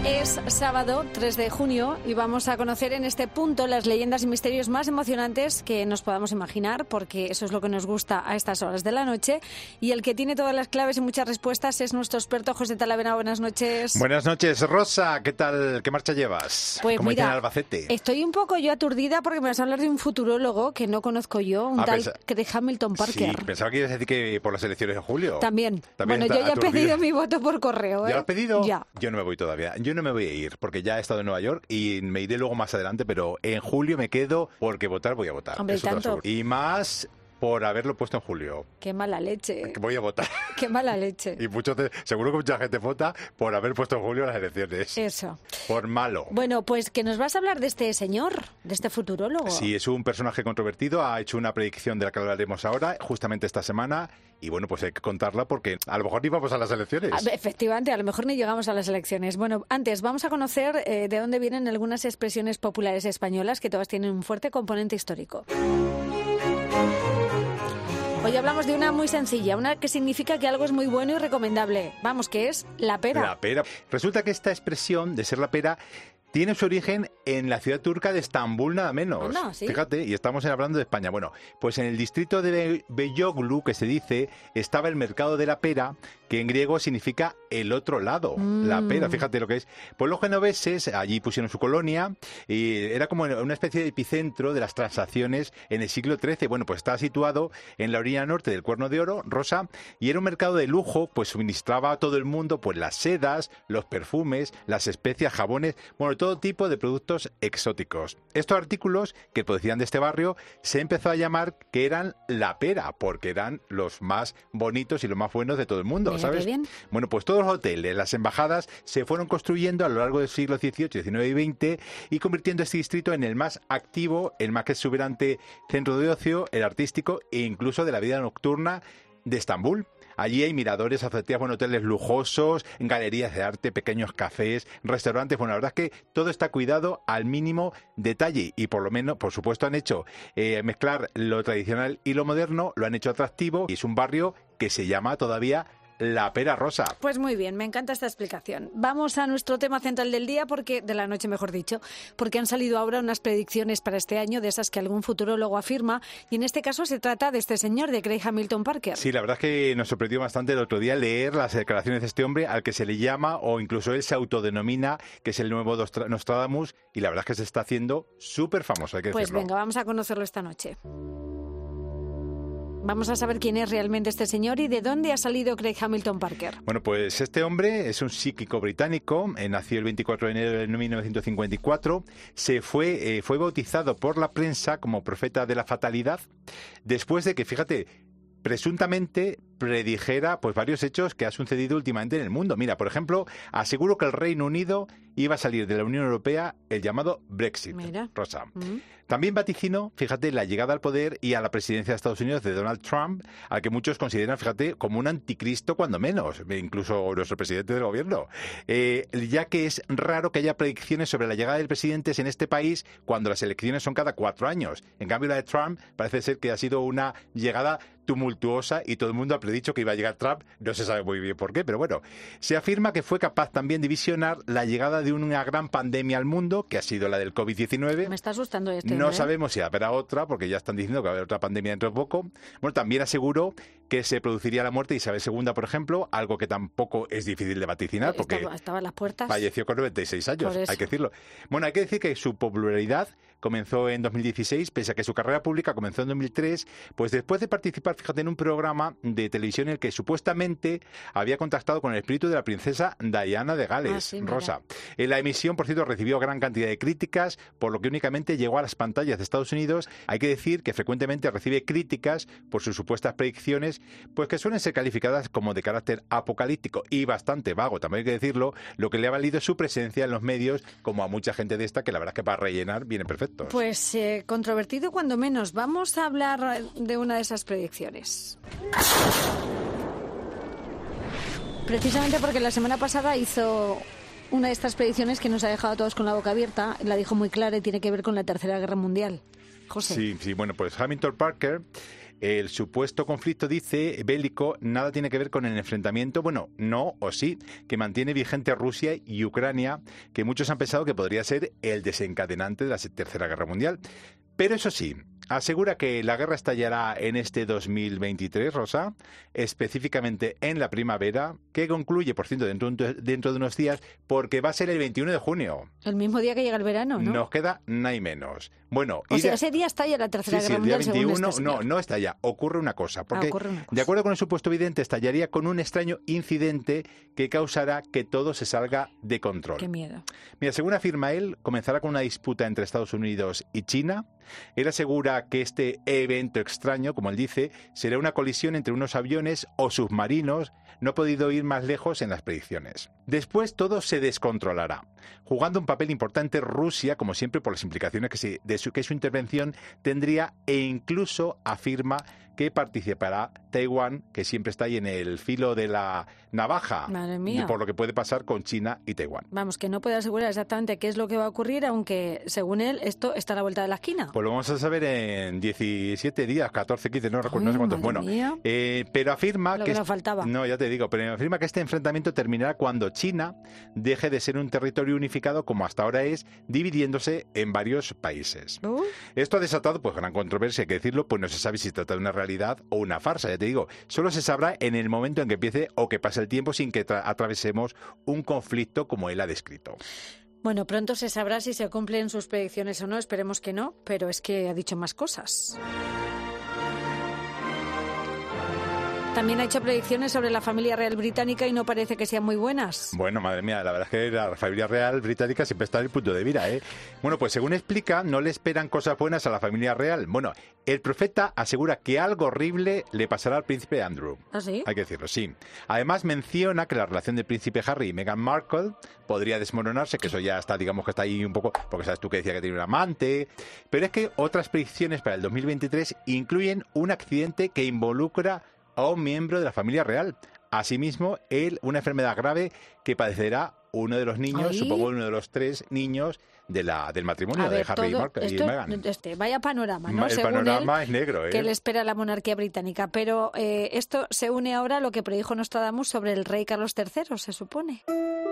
Es sábado 3 de junio y vamos a conocer en este punto las leyendas y misterios más emocionantes que nos podamos imaginar, porque eso es lo que nos gusta a estas horas de la noche. Y el que tiene todas las claves y muchas respuestas es nuestro experto José Talavera. Buenas noches. Buenas noches, Rosa. ¿Qué tal? ¿Qué marcha llevas? Pues ¿Cómo mira, está en Albacete? Estoy un poco yo aturdida porque me vas a hablar de un futurólogo que no conozco yo, un tal de Hamilton Parker. Sí, pensaba que ibas a decir que por las elecciones de julio. También bueno, yo ya he pedido mi voto por correo. ¿Ya lo has pedido? Ya. Yo no me voy todavía. Yo no me voy a ir porque ya he estado en Nueva York y me iré luego más adelante, pero en julio me quedo porque votar voy a votar. Hombre, eso tanto. Y más por haberlo puesto en julio. Qué mala leche. Que voy a votar. Qué mala leche. Y seguro que mucha gente vota por haber puesto en julio las elecciones. Eso. Por malo. Bueno, pues que nos vas a hablar de este señor, de este futurólogo. Sí, es un personaje controvertido, ha hecho una predicción de la que hablaremos ahora, justamente esta semana, y bueno, pues hay que contarla porque a lo mejor ni vamos a las elecciones. Efectivamente, a lo mejor ni llegamos a las elecciones. Bueno, antes vamos a conocer de dónde vienen algunas expresiones populares españolas que todas tienen un fuerte componente histórico. Hoy hablamos de una muy sencilla, una que significa que algo es muy bueno y recomendable. Vamos, que es la pera. La pera. Resulta que esta expresión de ser la pera tiene su origen en la ciudad turca de Estambul, nada menos. No, ¿sí? Fíjate, y estamos hablando de España. Bueno, pues en el distrito de Beyoglu, que se dice, estaba el mercado de la pera, que en griego significa el otro lado. La pera, fíjate lo que es. Pues los genoveses allí pusieron su colonia y era como una especie de epicentro de las transacciones en el siglo XIII. Bueno, pues estaba situado en la orilla norte del Cuerno de Oro, Rosa, y era un mercado de lujo, pues suministraba a todo el mundo pues las sedas, los perfumes, las especias, jabones, bueno, todo tipo de productos exóticos. Estos artículos que procedían de este barrio se empezó a llamar que eran la pera, porque eran los más bonitos y los más buenos de todo el mundo, ¿sabes? Bien. Bueno, pues todos los hoteles, las embajadas se fueron construyendo a lo largo del siglo XVIII, XIX y XX y convirtiendo este distrito en el más activo, el más exuberante centro de ocio, el artístico e incluso de la vida nocturna de Estambul. Allí hay miradores, azoteas, hoteles lujosos, galerías de arte, pequeños cafés, restaurantes. Bueno, la verdad es que todo está cuidado al mínimo detalle y por lo menos, por supuesto, han hecho mezclar lo tradicional y lo moderno, lo han hecho atractivo y es un barrio que se llama todavía La Pera, Rosa. Pues muy bien, me encanta esta explicación. Vamos a nuestro tema central del día, de la noche mejor dicho, porque han salido ahora unas predicciones para este año de esas que algún futurólogo afirma, y en este caso se trata de este señor, de Craig Hamilton Parker. Sí, la verdad es que nos sorprendió bastante el otro día leer las declaraciones de este hombre al que se le llama, o incluso él se autodenomina, que es el nuevo Nostradamus, y la verdad es que se está haciendo súper famoso, hay que decirlo. Pues venga, vamos a conocerlo esta noche. Vamos a saber quién es realmente este señor y de dónde ha salido Craig Hamilton Parker. Bueno, pues este hombre es un psíquico británico, nació el 24 de enero de 1954, fue bautizado por la prensa como profeta de la fatalidad, después de que, fíjate, presuntamente predijera pues varios hechos que ha sucedido últimamente en el mundo. Mira, por ejemplo, aseguró que el Reino Unido iba a salir de la Unión Europea, el llamado Brexit. Mira. Rosa. También vaticinó, fíjate, la llegada al poder y a la presidencia de Estados Unidos de Donald Trump, al que muchos consideran, fíjate, como un anticristo cuando menos, incluso nuestro presidente del gobierno, ya que es raro que haya predicciones sobre la llegada de presidentes en este país cuando las elecciones son cada 4 años. En cambio, la de Trump parece ser que ha sido una llegada tumultuosa y todo el mundo ha predicho que iba a llegar Trump, no se sabe muy bien por qué, pero bueno. Se afirma que fue capaz también de visionar la llegada de una gran pandemia al mundo, que ha sido la del COVID-19. Me está asustando esto. No sabemos si habrá otra, porque ya están diciendo que va a haber otra pandemia dentro de poco. Bueno, también aseguró que se produciría la muerte de Isabel II, por ejemplo, algo que tampoco es difícil de vaticinar, porque estaba a las puertas. Falleció con 96 años, hay que decirlo. Bueno, hay que decir que su popularidad comenzó en 2016, pese a que su carrera pública comenzó en 2003, pues después de participar, fíjate, en un programa de televisión en el que supuestamente había contactado con el espíritu de la princesa Diana de Gales, Rosa. En la emisión, por cierto, recibió gran cantidad de críticas, por lo que únicamente llegó a las pantallas de Estados Unidos. Hay que decir que frecuentemente recibe críticas por sus supuestas predicciones, pues que suelen ser calificadas como de carácter apocalíptico y bastante vago, también hay que decirlo, lo que le ha valido su presencia en los medios, como a mucha gente de esta, que la verdad es que para rellenar vienen perfectos. Pues controvertido cuando menos. Vamos a hablar de una de esas predicciones. Precisamente porque la semana pasada hizo una de estas predicciones que nos ha dejado a todos con la boca abierta, la dijo muy clara y tiene que ver con la Tercera Guerra Mundial. José. Sí, bueno, pues Hamilton Parker El supuesto conflicto, dice, bélico, nada tiene que ver con el enfrentamiento, bueno, no o sí, que mantiene vigente Rusia y Ucrania, que muchos han pensado que podría ser el desencadenante de la Tercera Guerra Mundial. Pero eso sí, asegura que la guerra estallará en este 2023, Rosa, específicamente en la primavera, que concluye, por cierto, dentro de unos días, porque va a ser el 21 de junio. El mismo día que llega el verano, ¿no? Nos queda nada y menos. Bueno, o sea, ese día estalla la Tercera Guerra Mundial, el día 21, según este no estalla. Ocurre una cosa, porque de acuerdo con el supuesto vidente, estallaría con un extraño incidente que causará que todo se salga de control. Qué miedo. Mira, según afirma él, comenzará con una disputa entre Estados Unidos y China. Él asegura que este evento extraño, como él dice, será una colisión entre unos aviones o submarinos. No ha podido ir más lejos en las predicciones. Después todo se descontrolará, jugando un papel importante Rusia, como siempre, por las implicaciones que su intervención tendría, e incluso afirma que participará Taiwán, que siempre está ahí en el filo de la navaja, Madre mía, por lo que puede pasar con China y Taiwán. Vamos, que no puede asegurar exactamente qué es lo que va a ocurrir, aunque, según él, esto está a la vuelta de la esquina. Pues lo vamos a saber en 17 días, 14, 15, no recuerdo, no sé cuántos. Bueno, pero afirma que nos faltaba. No, ya te digo, pero afirma que este enfrentamiento terminará cuando China deje de ser un territorio unificado como hasta ahora es, dividiéndose en varios países. Esto ha desatado pues gran controversia, hay que decirlo, pues no se sabe si se trata de una realidad o una farsa, ya te digo. Solo se sabrá en el momento en que empiece o que pase el tiempo sin que atravesemos un conflicto como él ha descrito. Bueno, pronto se sabrá si se cumplen sus predicciones o no, esperemos que no, pero es que ha dicho más cosas. También ha hecho predicciones sobre la familia real británica y no parece que sean muy buenas. Bueno, madre mía, la verdad es que la familia real británica siempre está en el punto de mira, ¿eh? Bueno, pues según explica, no le esperan cosas buenas a la familia real. Bueno, el profeta asegura que algo horrible le pasará al príncipe Andrew. ¿Ah, sí? Hay que decirlo, sí. Además menciona que la relación del príncipe Harry y Meghan Markle podría desmoronarse, que eso ya está, digamos que está ahí un poco, porque sabes tú que decía que tiene un amante. Pero es que otras predicciones para el 2023 incluyen un accidente que involucra a un miembro de la familia real. Asimismo, una enfermedad grave que padecerá uno de los niños, supongo uno de los 3 niños del matrimonio de Harry y Meghan. Vaya panorama, ¿no? El panorama es negro, ¿eh? Que le espera a la monarquía británica. Pero esto se une ahora a lo que predijo Nostradamus sobre el rey Carlos III, se supone.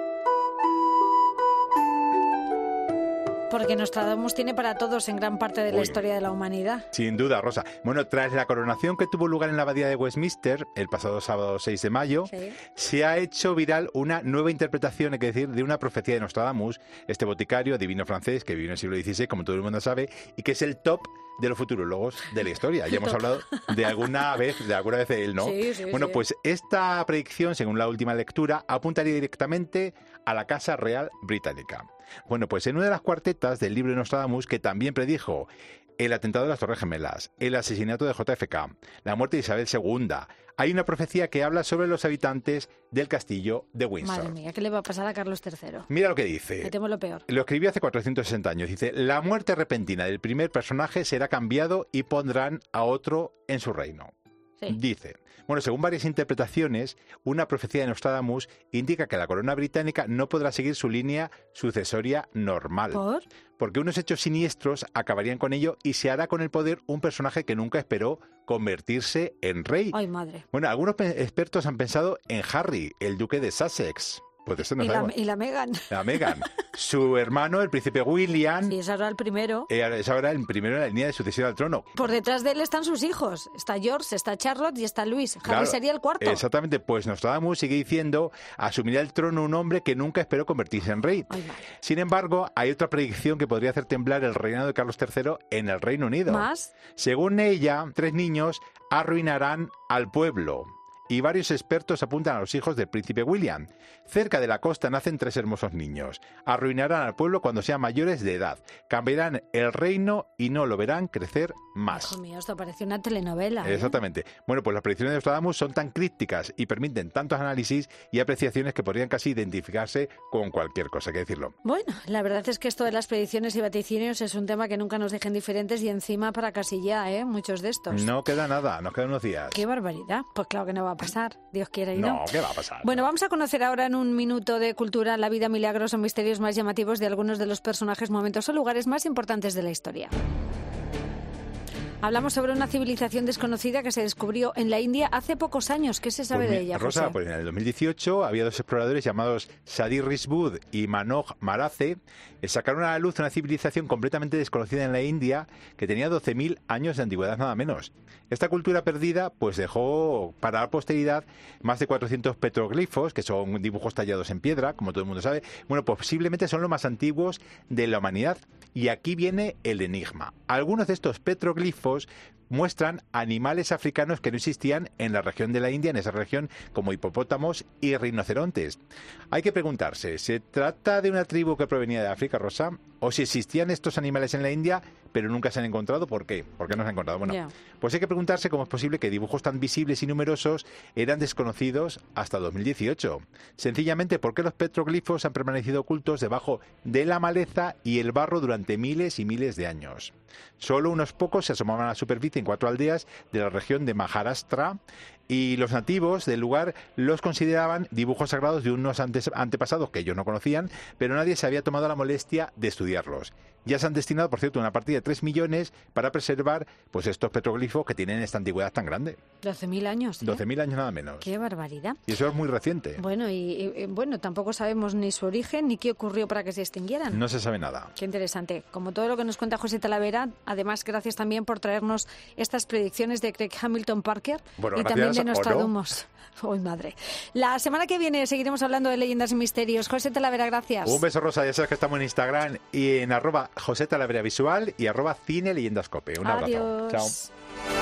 Porque Nostradamus tiene para todos en gran parte de la historia de la humanidad. Sin duda, Rosa. Bueno, tras la coronación que tuvo lugar en la abadía de Westminster el pasado sábado 6 de mayo, se ha hecho viral una nueva interpretación, hay que decir, de una profecía de Nostradamus, este boticario, adivino francés, que vivió en el siglo XVI, como todo el mundo sabe, y que es el top de los futurólogos de la historia. Ya hemos hablado de alguna vez de él, ¿no? Bueno, pues esta predicción, según la última lectura, apuntaría directamente a la Casa Real Británica. Bueno, pues en una de las cuartetas del libro de Nostradamus, que también predijo el atentado de las Torres Gemelas, el asesinato de JFK, la muerte de Isabel II, hay una profecía que habla sobre los habitantes del castillo de Windsor. Madre mía, ¿qué le va a pasar a Carlos III? Mira lo que dice. Me temo lo peor. Lo escribió hace 460 años. Dice, la muerte repentina del primer personaje será cambiado y pondrán a otro en su reino. Dice, bueno, según varias interpretaciones, una profecía de Nostradamus indica que la corona británica no podrá seguir su línea sucesoria normal. ¿Por? Porque unos hechos siniestros acabarían con ello y se hará con el poder un personaje que nunca esperó convertirse en rey. ¡Ay, madre! Bueno, algunos expertos han pensado en Harry, el duque de Sussex. Pues esto no y la Meghan. La Meghan. Su hermano, el príncipe William. Sí, es ahora el primero. Es ahora el primero en la línea de sucesión al trono. Por detrás de él están sus hijos. Está George, está Charlotte y está Luis. Claro, Harry sería el cuarto. Exactamente. Pues Nostradamus sigue diciendo, asumirá el trono un hombre que nunca esperó convertirse en rey. Ay, madre. Sin embargo, hay otra predicción que podría hacer temblar el reinado de Carlos III en el Reino Unido. ¿Más? Según ella, 3 niños arruinarán al pueblo. Y varios expertos apuntan a los hijos del príncipe William. Cerca de la costa nacen 3 hermosos niños. Arruinarán al pueblo cuando sean mayores de edad. Cambiarán el reino y no lo verán crecer más. Hijo mío, esto parece una telenovela. Exactamente. Bueno, pues las predicciones de Nostradamus son tan crípticas y permiten tantos análisis y apreciaciones que podrían casi identificarse con cualquier cosa, hay que decirlo. Bueno, la verdad es que esto de las predicciones y vaticinios es un tema que nunca nos dejen diferentes y encima para casi ya, muchos de estos. No queda nada, nos quedan unos días. ¡Qué barbaridad! Pues claro que no va a pasar, Dios quiera y no. No, ¿qué va a pasar? Bueno, vamos a conocer ahora en un minuto de cultura la vida, milagros o misterios más llamativos de algunos de los personajes, momentos o lugares más importantes de la historia. Hablamos sobre una civilización desconocida que se descubrió en la India hace pocos años. ¿Qué se sabe de ella, Rosa, José? pues en el 2018 había dos exploradores llamados Sadir Risbud y Manoj Marace. Sacaron a la luz una civilización completamente desconocida en la India que tenía 12.000 años de antigüedad nada menos. Esta cultura perdida pues dejó para la posteridad más de 400 petroglifos, que son dibujos tallados en piedra, como todo el mundo sabe. Bueno, posiblemente son los más antiguos de la humanidad. Y aquí viene el enigma. Algunos de estos petroglifos muestran animales africanos que no existían en la región de la India, en esa región, como hipopótamos y rinocerontes. Hay que preguntarse, ¿se trata de una tribu que provenía de África, Rosa? ¿O si existían estos animales en la India, pero nunca se han encontrado? ¿Por qué? ¿Por qué no se han encontrado? Bueno, pues hay que preguntarse cómo es posible que dibujos tan visibles y numerosos eran desconocidos hasta 2018. Sencillamente porque los petroglifos han permanecido ocultos debajo de la maleza y el barro durante miles y miles de años. Solo unos pocos se asomaban a la superficie en 4 aldeas de la región de Maharashtra, y los nativos del lugar los consideraban dibujos sagrados de unos antepasados que ellos no conocían, pero nadie se había tomado la molestia de estudiarlos. Ya se han destinado, por cierto, una partida de 3 millones para preservar pues estos petroglifos que tienen esta antigüedad tan grande. 12.000 años. 12.000 años nada menos. ¡Qué barbaridad! Y eso es muy reciente. Bueno, bueno, tampoco sabemos ni su origen ni qué ocurrió para que se extinguieran. No se sabe nada. Qué interesante. Como todo lo que nos cuenta José Talavera, además, gracias también por traernos estas predicciones de Craig Hamilton Parker bueno, y también de Nostradamus. ¡Uy, madre! La semana que viene seguiremos hablando de leyendas y misterios. José Talavera, gracias. Un beso, Rosa. Ya sabes que estamos en Instagram y en @José Talavera Visual y @Cine Leyendascope. Un abrazo. Adiós. Chao.